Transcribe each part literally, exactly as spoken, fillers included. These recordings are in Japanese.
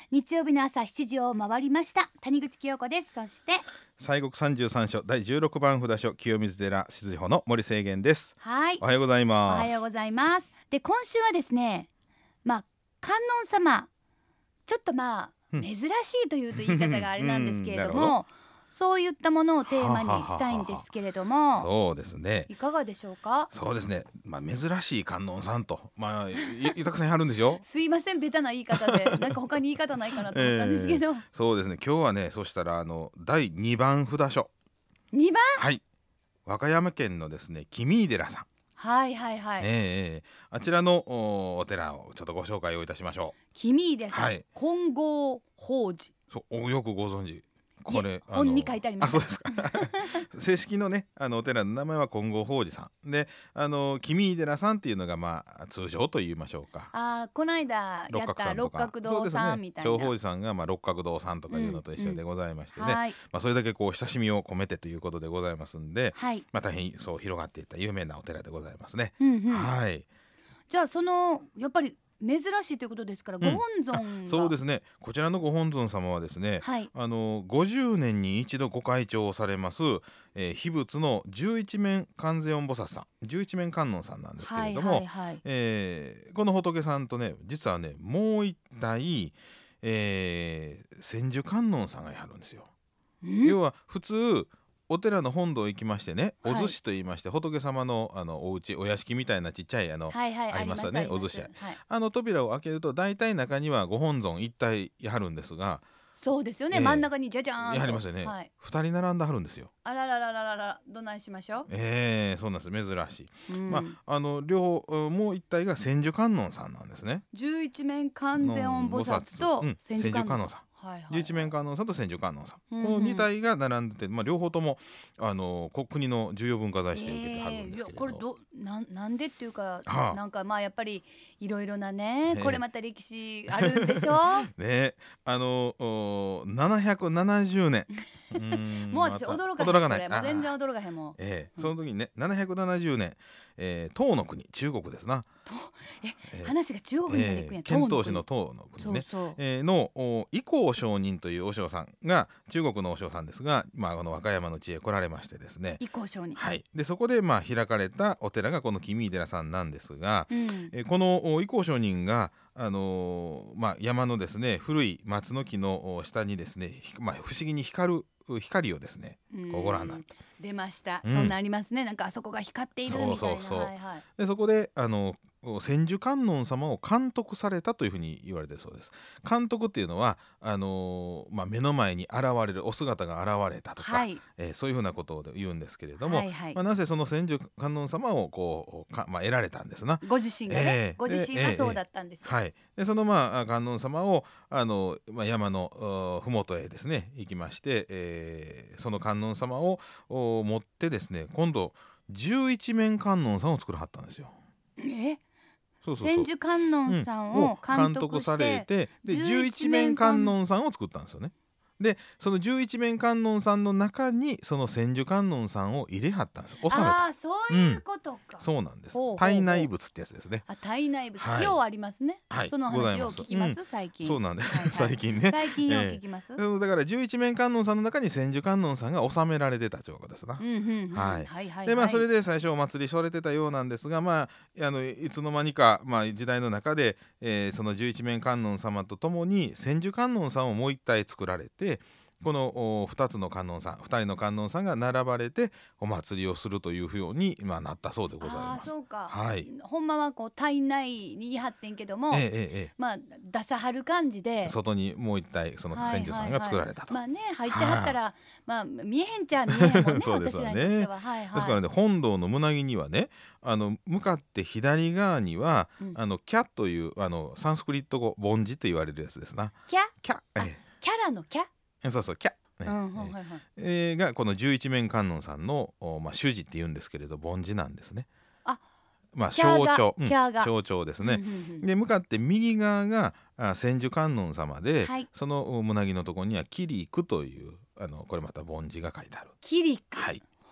日曜日の朝しちじを回りました。谷口清子です。そして西国三十三所だいじゅうろくばん札所清水寺出自法の森清源です。 はい、 おはようございます。 おはようございます。で、今週はですね、まあ観音様ちょっとまあ、うん、珍しいというと言い方があれなんですけれども、うん、そういったものをテーマにしたいんですけれども、ははははそうですね、 いかがでしょうか。 そうですね、まあ、珍しい観音さんと、まあ、いたくさんあるんですよすいません、ベタな言い方でなんか他に言い方ないかなと思ったんですけど、えー、 そうですね、今日はね、そしたらあのだいにばん札所、 にばん、 はい、和歌山県のですね紀三井寺さん、 はいはいはい、 えー、あちらの お, お寺をちょっとご紹介をいたしましょう。 紀三井寺さん、はい、金剛法寺、 そうよくご存知、これ本に書いてあります。 あ、そうですか正式のね、あのお寺の名前は金剛法寺さんで、あの紀三井寺さんっていうのがまあ通称と言いましょうか。 あ、この間やった六角堂さんみたいな、 長法寺さんがまあ六角堂さんとかいうのと一緒でございましてね、 うんうん、 まあ、それだけこう親しみを込めてということでございますんで、 はい、 まあ、大変そう広がっていった有名なお寺でございますね、 うんうん、 はい。 じゃあそのやっぱり珍しいということですから、ご本尊が、うん、 そうですね、こちらのご本尊様はですね、はい、あのごじゅうねんに一度ご開帳されます、えー、秘仏の十一面観世音菩薩さん、十一面観音さんなんですけれども、はいはいはい、えー、この仏さんとね、実はねもう一体、えー、千手観音さんがやるんですよ。要は普通お寺の本堂行きましてね、お寿司と言いまして、はい、仏様のあのお家、お屋敷みたいなちっちゃいあの、はいはい、ありますよね、お寿司屋、はい、あの扉を開けると大体中にはご本尊一体やるんですが、 そうですよね、えー、真ん中にじゃじゃーんとやりますよね、はい、ふたり並んではるんですよ。 あらららららら、どないしましょう。 えー、そうなんです、珍しい、うん、まあ、あの両方もう一体が千手観音さんなんですね。 十一面観世音菩薩と千手観音さん、 はいはいはい、十一面観音さんと千手観音さん、うんうん、このに体が並んでて、まあ、両方ともあの国の重要文化財指定を受けてはるんですけれど、えー、 これど な, なんでっていうか、はあ、なんかまあやっぱりいろいろな ね, ねこれまた歴史あるんでしょうね。 あのななひゃくななじゅうねんうんもう私驚かへん、 驚かない、 もう全然驚かへんもん、 えー、その時にね、ななひゃくななじゅうねん、えー、唐の国、中国ですな。 え、えー、話が中国にまで行くんや、 えー、遣唐使の唐の国ね、そうそう、えー、の伊光上人という和尚さんが、中国の和尚さんですが、まあ、この和歌山の地へ来られましてですね、 伊光上人、 はい、でそこでまあ開かれたお寺がこの紀三井寺さんなんですが、うん、えー、この伊光上人があのーまあ、山のですね古い松の木の下にですね、まあ、不思議に光る光をですね、こうご覧になった。 出ました、うん、そんなありますね、なんかあそこが光っているみたいな。そうそうそう、はいはい、 でそこであの千手観音様を監督されたというふうに言われているそうです。監督っていうのはあのーまあ、目の前に現れるお姿が現れたとか、はい、えー、そういうふうなことを言うんですけれども、はいはい、まあ、なぜその千手観音様をこうか、まあ、得られたんですな、 ご自身がね、えー、ご自身がそうだったんですよ、 えーえーはい、でその、まあ、観音様をあの、まあ、山のふもとへですね行きまして、えー、その観音様を持ってですね、今度十一面観音さんを作らはったんですよ。 えそうそうそう、千手観音さんを監督されて、で十一面観音さんを作ったんですよね。でその十一面観音さんの中にその千手観音さんを入れはったんです。収めた。 ああ、そういうことか、 うん、そうなんです。体内仏ってやつですね。 あ、体内仏、はい、ようありますね、はい、その話を聞きます、うん、最近。 そうなんです、 はいはい、 最近ね、 最近よう聞きます、えー、だから十一面観音さんの中に千手観音さんが収められてたということですな。でまあそれで最初お祭りされてたようなんですが、まああのいつの間にか、まあ、時代の中で、えー、その十一面観音様とともに千手観音さんをもう一体作られて、このふたつの観音さん、ふたりの観音さんが並ばれてお祭りをするというふうに今なったそうでございます。 あ、そうか、 はい、 ほんまはこう体内に言い張ってんけども、ええええ、まあ出さはる感じで外にもう一体その千手さんが作られたと、 はいはいはい、まあね、入ってはったら、はあ、まあ見えへんちゃ見えへんもんねそうですよね、 私らにとっては、はいはい、 ですからね、本堂の胸木にはね、あの向かって左側には、うん、あのキャというあのサンスクリット語梵字と言われるやつですな。 キャキャ、ええ、キャラのキャ、 そうそう、キャね、うんはいはい、えー、がこの十一面観音さんの、まあ、主事っていうんですけれど梵字なんですね。 あ、 まあ、象徴、うん、象徴ですね、うんうんうん、で向かって右側があ千手観音様で、はい、その胸木のところにはキリクというあのこれまた梵字が書いてある。 キリク、 はい、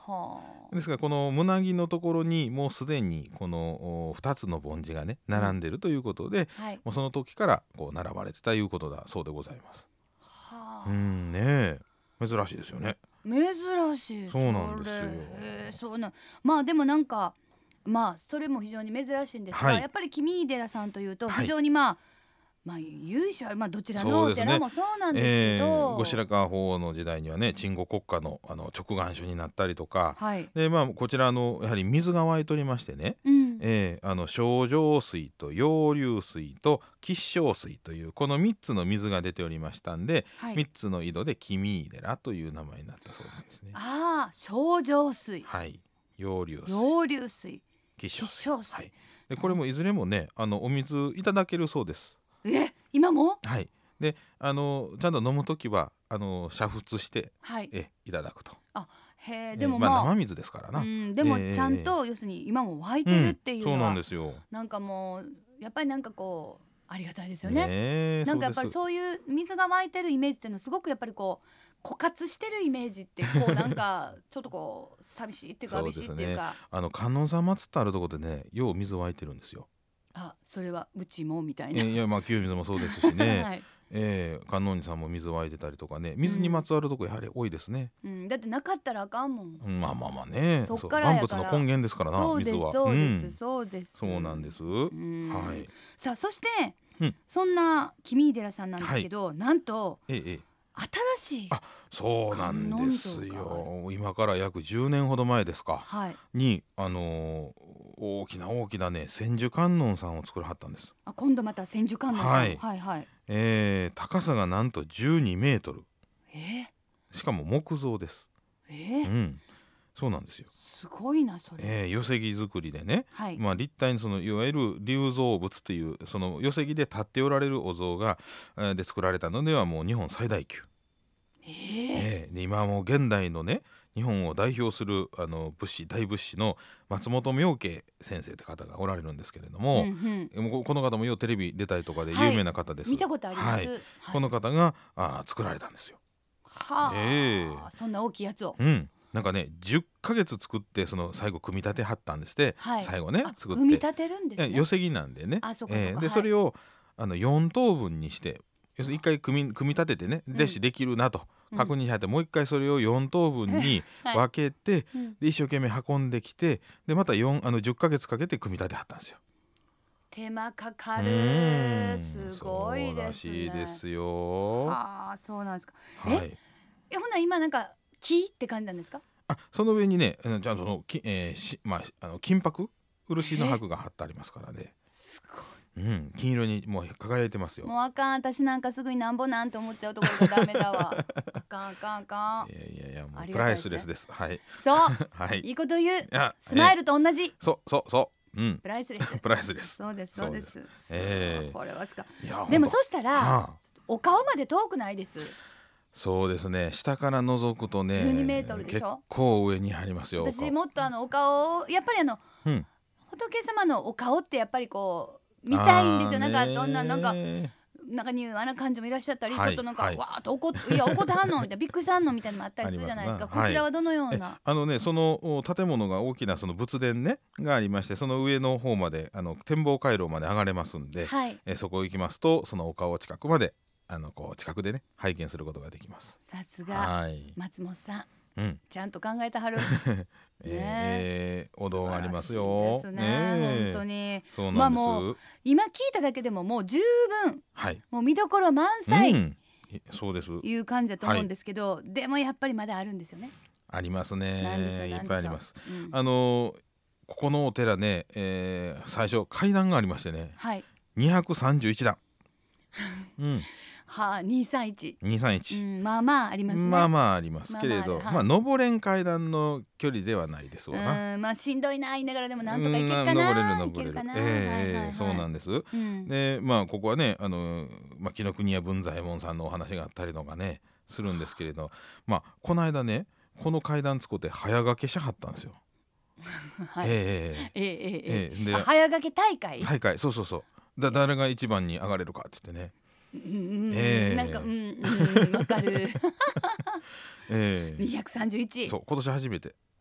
はあ、 ですからこの胸木のところにもうすでにこのふたつの梵字がね並んでるということで、 はい、 もうその時からこう並ばれてたいうことだそうでございます。 はあ、 うんね、珍しいですよね。 珍しい。 そうなんですよ。 へえ、そうなん。まあでもなんかまあそれも非常に珍しいんですが、 はいやっぱり君井寺さんというとはい非常にまあ、まあ由緒ある、まあどちらのおそうですね寺もそうなんですけえど、 ー後白河法皇の時代にはね鎮護国家の、あの直眼書になったりとかはい、 で、まあ、こちらのやはり水が湧いておりましてね、 うん、 えーあの清浄水と陽流水と吉祥水というこのみっつの水が出ておりましたんで、 はい、 みっつの井戸で君井寺という名前になったそうなんですね。 ああ、清浄水、 はい、陽流水、 陽流水、吉吉祥水、 祥水、 はい、でこれもいずれもねあのお水いただけるそうです。 え、今も？ はい、であのちゃんと飲むときはあの煮沸してはい、 えいただくと。 あ、へえ、 えでもまあ、 まあ生水ですからな。 うん、でもええちゃんえと要するに今も湧いえてるっていううん、そうなんのは、 ですよ。 なんかもうやっぱりなんかこうありがたいですよねね。 えなんかやっぱりそうです。 そういう水が湧いてるイメージっていうのはすごくやっぱりこう枯渇してるイメージってこうなんかちょっとこう寂しいっていうかそう寂しいですね。 っていうか、 あの観音さん祀ってあるところでねよう水湧いてるんですよ。 あ、それはうちもみたいえな。 ーいやまあ清水もそうですしね、 はい、 えー、観音寺さんも水湧いてたりとかね水にまつわるとこやはり多いですね。 うん、だってなかったらあかんもん。 うん、まあまあまあねそっそうからやから万物の根源ですからなそうです水は。 そうです、 うん、 そうです。 そうなんです。 うんはい。 さあそして、 うんそんな君井寺さんなんですけど、なんとええええ新しい、 あそうなんです観音像よ。今から約じゅうねんほど前ですかはい、 にあのー大きな大きなね千手観音さんを作らはったんです。 あ、今度また千手観音さん、 はいはいはいえー高さがなんとじゅうにメートル、 えしかも木造です。 ー、えー、 うんそうなんですよ。 すごいなそれ、 えー、寄木造りでね、 はい、 まあ、立体にそのいわゆる立像仏というその寄木で立っておられるお像が、えーで作られたのではもう日本最大級、 えーえーで今はもう現代のね日本を代表するあの仏師大仏師の松本明慶先生って方がおられるんですけれども、 うんうん、 もうこの方もようテレビ出たりとかで有名な方です、 見たことあります、 はいはい、 この方があー作られたんですよ。 はあ、 ええそんな大きいやつを、 うんなんかねじゅっかげつ作ってその最後組み立てはったんですって、 はい、 最後ねあ、 作って組み立てるんですね。 え寄木なんでね、 あ、そうかそうか、 えーではい、 それをあのよん等分にして要するにいっかい組み組み立ててねうんでしできるなとうん確認しはって、もういっかいそれをよん等分にはい分けて、 うんで一生懸命運んできてでまたよんあのじゅっかげつかけて組み立てはったんですよ。 手間かかうる、 ーんすごいですね。 そうらしいですよ。 はあ、そうなんですか。 はいえ、ほな今なんか木って感じなんですか？ あその上にねうんちゃんとそのき、えーしまあ、あの金箔漆の箔が貼ってありますからね、 すごうん、金色にもう輝いてますよ。 い。もうあかん、私なんかすぐになんぼなんて思っちゃうところがダメだわ。あかんあかんあかん。 いやいやいやもあうプライりがたいですねスレスです。はいそう、 はいいいこと言う。 あスマイルと同じ。 そうそうそううんプライスレス。 プライスレス。 そうですそうです。 ええこれは近い。 いやでもほんとそしたらはあお顔まで遠くないです。 そうですね下から覗くとねじゅうにメートルでしょ結構上にありますよ。 私もっとあのお顔をやっぱりあのうん仏様のお顔ってやっぱりこう見たいんですよ。なんかどんななんか中にあの感じもいらっしゃったり、 はいちょっとなんか、 はいわーっと怒っていや怒ってはんのみたいなびっくりさんのみたいなのもあったりするじゃないですか。 ありますなこちらはどのようえな、 あのねそのお建物が大きなその仏殿ねがありましてその上の方まであの展望回廊まで上がれますんで、 はい、 えそこ行きますとそのお顔近くまであのこう近くでね拝見することができます。 さすがはい、 松本さんうんちゃんと考えてはる。 えー、お堂がありますよ。 素晴らしいですね、 え本当にそうなんです。 まあもう今聞いただけでももう十分はい。 もう見どころ満う載ん、いそうです。 いう感じだと思うんですけど、でもやっぱりまだあるんですよね。 ありますね。 なんでしょういっなんでしょうぱいあります。 うんあのここのお寺ね、えー最初階段がありましてね、 はい、 にひゃくさんじゅういちだん。うん、 はあ、にさんいち、 にさんういち。 ん、まあまあありますね。 まあまあありますけれど、 まあまああるはいまあ登れん階段の距離ではないですわな。 うん、まあしんどいな言いながらでもなんとかいけるかうん登れるな、い登れるけるかな、 ええはいはいはいええそうなんです。 うんでまあここはねあの、まあ、紀ノ国屋文左衛門さんのお話があったりとかねするんですけれど、まあこの間ねこの階段使って早掛けしはったんですよ。 はい、 ええええええええええであ早掛け大会、 大会そうそうそうだ誰が一番に上がれるかって言ってね、 うんうんええなんかうんうんわかる。 ええにひゃくさんじゅういち、 そう今年初めて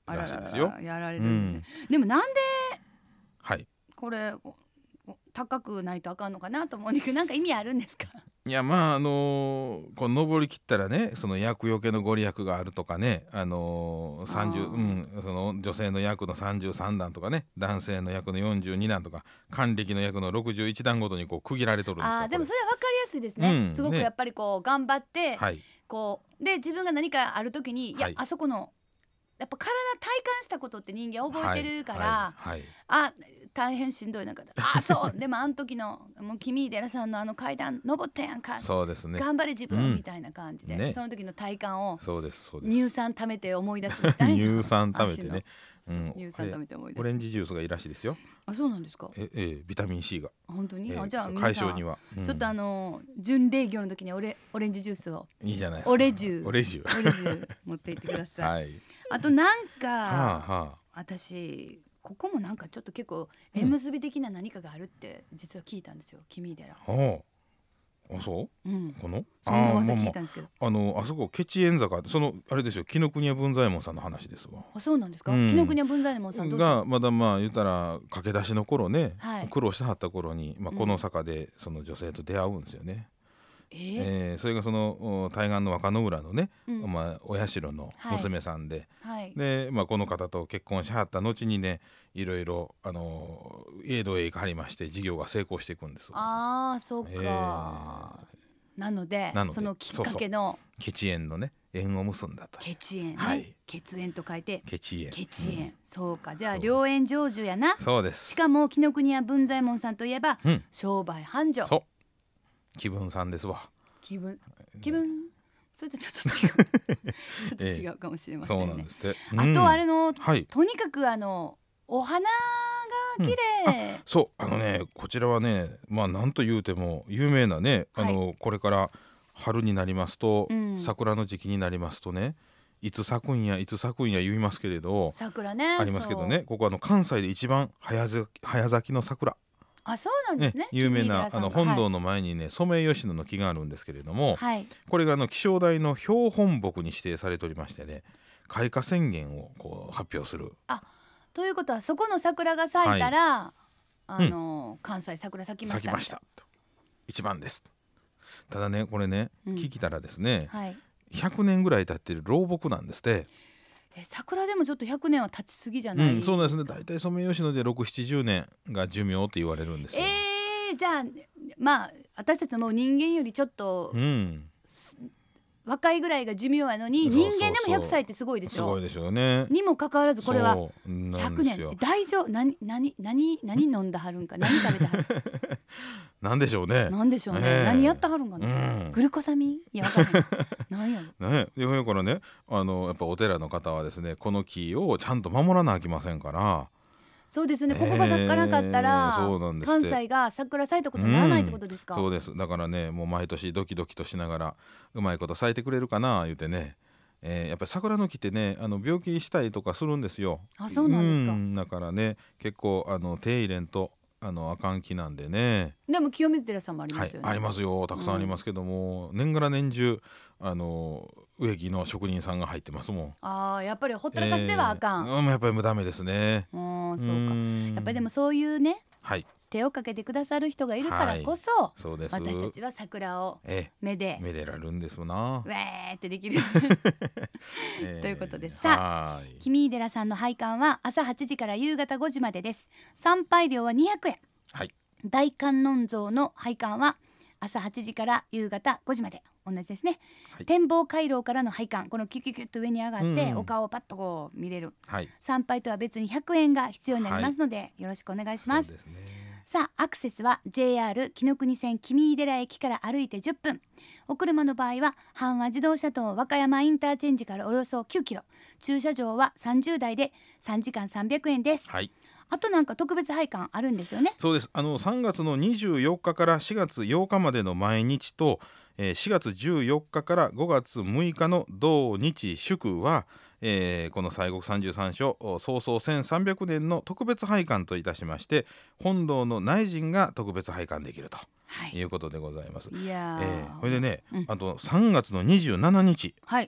らしいですよ。 あらららやられるんですね、うん、でもなんで、 はい、 これ高くないとあかんのかなと思うんだけど、なんか意味あるんですか？ いやまああのー、こう登り切ったらね、その厄除けのご利益があるとかね、あのー、さんじゅう、うん、その女性の厄のさんじゅうさんだんとかね、男性の厄のよんじゅうにだんとか、還暦の厄のろくじゅういちだんごとにこう区切られとるんですよ。 あでもそれは分かりやすいですね、うん、すごくやっぱりこう頑張って、 はい、 こうで自分が何かある時に、いや、 はい、 あそこのやっぱ体体感したことって人間覚えてるから、 はいはいはい、 あ大変しんどい中であそうでもあの時のもう君寺さんのあの階段登ったやんか、 そうですね、 頑張れ自分、 うん、 みたいな感じで、 ね、 その時の体感をそうですそうです乳酸溜めて思い出すみたいな乳酸溜めてね、 そうそう、乳酸溜めて思い出す。 オレンジジュースがいいらしいですよ。 あ、そうなんですか。 ええビタミン C が本当に、 えー、 あじゃあ皆解さん消には、うん、 ちょっとあの準礼儀の時にオレオレンジジュースをいいじゃないですか。 オレジュオレジュオレジュ持っていってください、 はい、 あとなんか、 はあはあ、 私ここもなんかちょっと結構縁結び的な何かがあるって実は聞いたんですよ、君寺。 はあ、あそう、 うん、 このそんな噂聞いたんですけど、 あのあそこケチエン坂、そのあれですよ、紀ノ国屋文左衛門さんの話ですわ。 あ、そうなんですか、 うん、 紀ノ国屋文左衛門さんどうしたがまだまあ言ったら駆け出しの頃ね、 はい、 苦労してはった頃に、まあ、この坂でその女性と出会うんですよね、うん、えーえー、それがその対岸の若野浦のね、うん、まあ、お社の娘さんで、はい、で、まあ、この方と結婚しはった後にね、いろいろあの江戸へ行かはりまして事業が成功していくんです。 ああそうか、えーなのでそのきっかけのケチ縁のね縁を結んだと。 ケチ縁ね、はい、血縁と書いてケチ縁、 ケチ縁、うん、そうか、じゃあ良縁成就やな。 そうです。 しかも紀ノ国屋文左衛門さんといえば、うん、商売繁盛、 そう気分さんですわ。 気分気分それとちょっと違うちょっと違うかもしれませんね、 えー、そうなんですって、 うん、あとあれの、 はい、 とにかくあのお花が綺麗、 うん、そうあのねこちらはね、まあなんと言うても有名なね、あの、はい、これから春になりますと、うん、桜の時期になりますとね、いつ咲くんやいつ咲くんや言いますけれど、 桜ねありますけどね、ここあの関西で一番早咲き、早咲きの桜、 あ、そうなんですね、 有名なあの本堂の前にね、ソメイヨシノの木があるんですけれども、はい、これがあの気象台の標本木に指定されておりましてね、開花宣言をこう発表する。 あ、ということはそこの桜が咲いたら、はい、あの、うん、関西桜咲きました、咲きました一番です。ただねこれね、うん、聞いたらですね、 はい、 ひゃくねんぐらい経ってる老木なんですって。 え桜でもちょっとひゃくねんは経ちすぎじゃないですか、 うん、そうなんですね。だいたいソメイヨシノでろくじゅうななじゅうねんが寿命って言われるんですよ。 えー、じゃあまあ私たちも人間よりちょっと、うん、若いぐらいが寿命やのに、人間でもひゃくさいってすごいでしょ。 すごいでしょうね。 にもかかわらずこれはひゃくねん大丈夫。何何何何飲んだはるんか、何食べたはるなんでしょうね。 なんでしょうね、えー、何やったはるんかな、うん、グルコサミン、いや分からない何やろね。だからね、あのやっぱお寺の方はですね、この木をちゃんと守らなきませんから。 そうですね、ここが咲かなかったら、えー、そうなんです、関西が桜咲いたことにならないってことですか、 うん、そうです。だからね、もう毎年ドキドキとしながらうまいこと咲いてくれるかな言うてね、えー、やっぱり桜の木ってね、あの病気したりとかするんですよ。 あ、そうなんですか。うん、 だからね結構あの手入れんとあのあかん木なんでね。 でも清水寺さんもありますよね。 はい、ありますよ、たくさんありますけども、うん、年がら年中あの植木の職人さんが入ってますもん。 ああ、やっぱりほったらかしではあかん、 えー、うん、やっぱりダメですね。 うん、そうか。やっぱりでもそういうね、はい、手をかけてくださる人がいるからこそ、はい、 そうです。 私たちは桜を目で、 ええ、めでられるんですな。 ウェーってできる、えー、ということでさあ、君寺さんの拝観は朝はちじから夕方ごじまでです。参拝料はにひゃくえん、はい、大観音像の拝観は朝はちじから夕方ごじまで、同じですね、はい、展望回廊からの拝観、このキュキュキュッと上に上がって、うん、お顔をパッとこう見れる、はい、参拝とは別にひゃくえんが必要になりますので、はい、よろしくお願いします。そうですね。さあアクセスは ジェイアール 紀ノ国線君井寺駅から歩いてじゅっぷん、お車の場合は阪和自動車道和歌山インターチェンジからおよそきゅうキロ、駐車場はさんじゅうだいでさんじかんさんびゃくえんです。はい、あとなんか特別拝観あるんですよね。 そうです。あのさんがつのにじゅうよっかからしがつようかまでの毎日と、えー、しがつじゅうよっかからごがつむいかの土日祝は、えー、この西国三十三所創創せんさんびゃくねんの特別拝観といたしまして、本堂の内陣が特別拝観できると、はい、いうことでございます。いやー、えー、それでね、うん、あとさんがつのにじゅうしちにち、はい、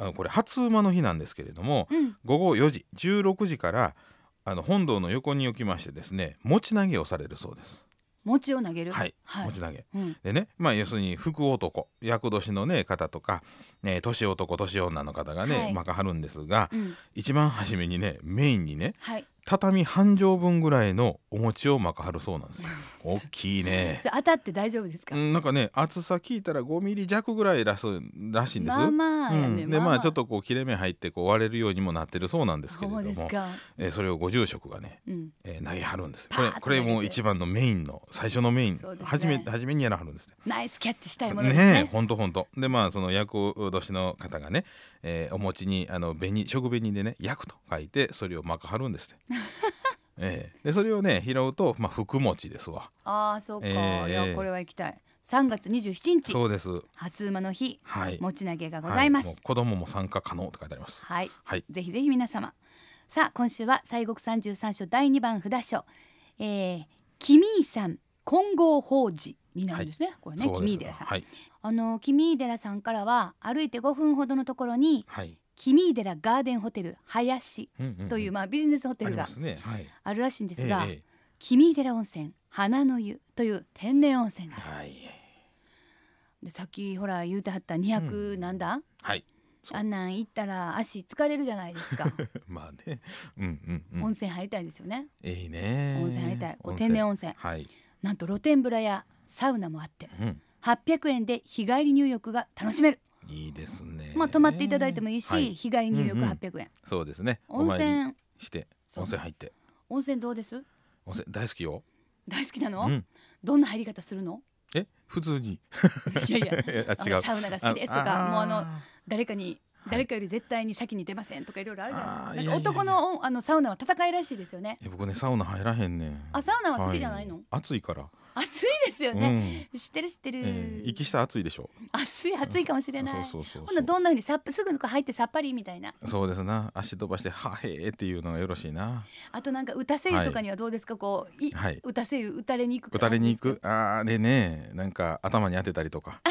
あのこれ初馬の日なんですけれども、 うん、 ごごよじじゅうろくじからあの本堂の横に置きましてですね、餅投げをされるそうです。 餅を投げる。 はい、はい、餅投げ、 うん、 でね、まあ要するに福男、厄年のね方とか、ね、年男年女の方がね、はい、まかはるんですが、うん、一番初めにねメインにね、はい、畳半畳分ぐらいのお餅をまかはるそうなんですよ。大きいね。 それ当たって大丈夫ですか？ うん、なんかね厚さ聞いたらごミリ弱ぐらいらすらしいんです。 まあまあやね、 うん、でまあちょっとこう切れ目入ってこう割れるようにもなってるそうなんですけれども、 そうですか、 えー、それをご住職がね、うん、えー、投げはるんです。これこれもう一番のメインの最初のメイン、ね、初め初めにやらはるんですね。 ナイスキャッチしたいものですね。 ねえ、ほんとほんと。でまあその厄年の方がね、えー、お餅にあの紅食紅でね厄と書いてそれをまかはるんですね。えー、でそれをね拾うと、まあ、福餅ですわ。 ああそうか、えー、いやこれは行きたい。さんがつにじゅうしちにち、 そうです、 初馬の日、はい、餅投げがございます、 はい、もう子供も参加可能と書いてあります。 はい、はい、ぜひぜひ皆様。さあ今週は西国三十三所だいにばん札所、えー、君井さん金剛法事になるんですね、はい、これね君井寺さん、はい、あの君井寺さんからは歩いてごふんほどのところに、はい、君井寺ガーデンホテル林という、まあ、ビジネスホテルがあるらしいんですが、君井寺温泉花の湯という天然温泉が、はい、でさっきほら言うてはったにひゃく何段、うん、はい、あんなん行ったら足疲れるじゃないですか。まあね、うんうんうん、温泉入りたいですよね。 いいね、 温泉入りたい。こう天然温泉、はい、なんと露天風呂やサウナもあって、うん、はっぴゃくえんで日帰り入浴が楽しめる。 いいですね。 まあ泊まっていただいてもいいし、はい、日帰り入浴はっぴゃくえん、うんうん、 そうですね。 温泉して温泉入って。 温泉どうです？ 温泉大好きよ。 大好きなの？うん、どんな入り方するの？ え普通にいやいや違うサウナが好きですとか、もうあの誰かに誰かより絶対に先に出ませんとかいろいろあるじゃないですか。男のあのサウナは戦いらしいですよね。 いや僕ねサウナ入らへんねん。 あ、サウナは好きじゃないの？はい、 暑いから。 暑いですよね、うん、知ってる知ってる、 えー、息した暑いでしょ。 暑い暑いかもしれない。 そうそうそうそう。 ほんなどんな風にさすぐ入ってさっぱりみたいな。 そうですな、足飛ばしてはへーっていうのがよろしいな。 あとなんか打たせ湯とかにはどうですか、はい、こうい、はい、打たせ湯打たれに行く打たれに行く。ああれね、なんか頭に当てたりとか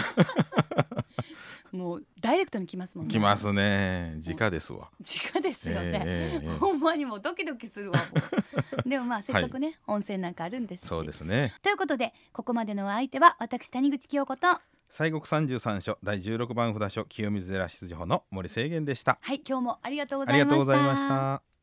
もうダイレクトに来ますもんね。 来ますね。直ですわ。 直ですよね、えーえー、ほんまにもうドキドキするわもうでもまあせっかくね、はい、温泉なんかあるんですし。 そうですね。 ということでここまでのお相手は私谷口清子と西国三十三所だいじゅうろくばん札所清水寺出自法の森清源でした。 はい、今日もありがとうございました。 ありがとうございました。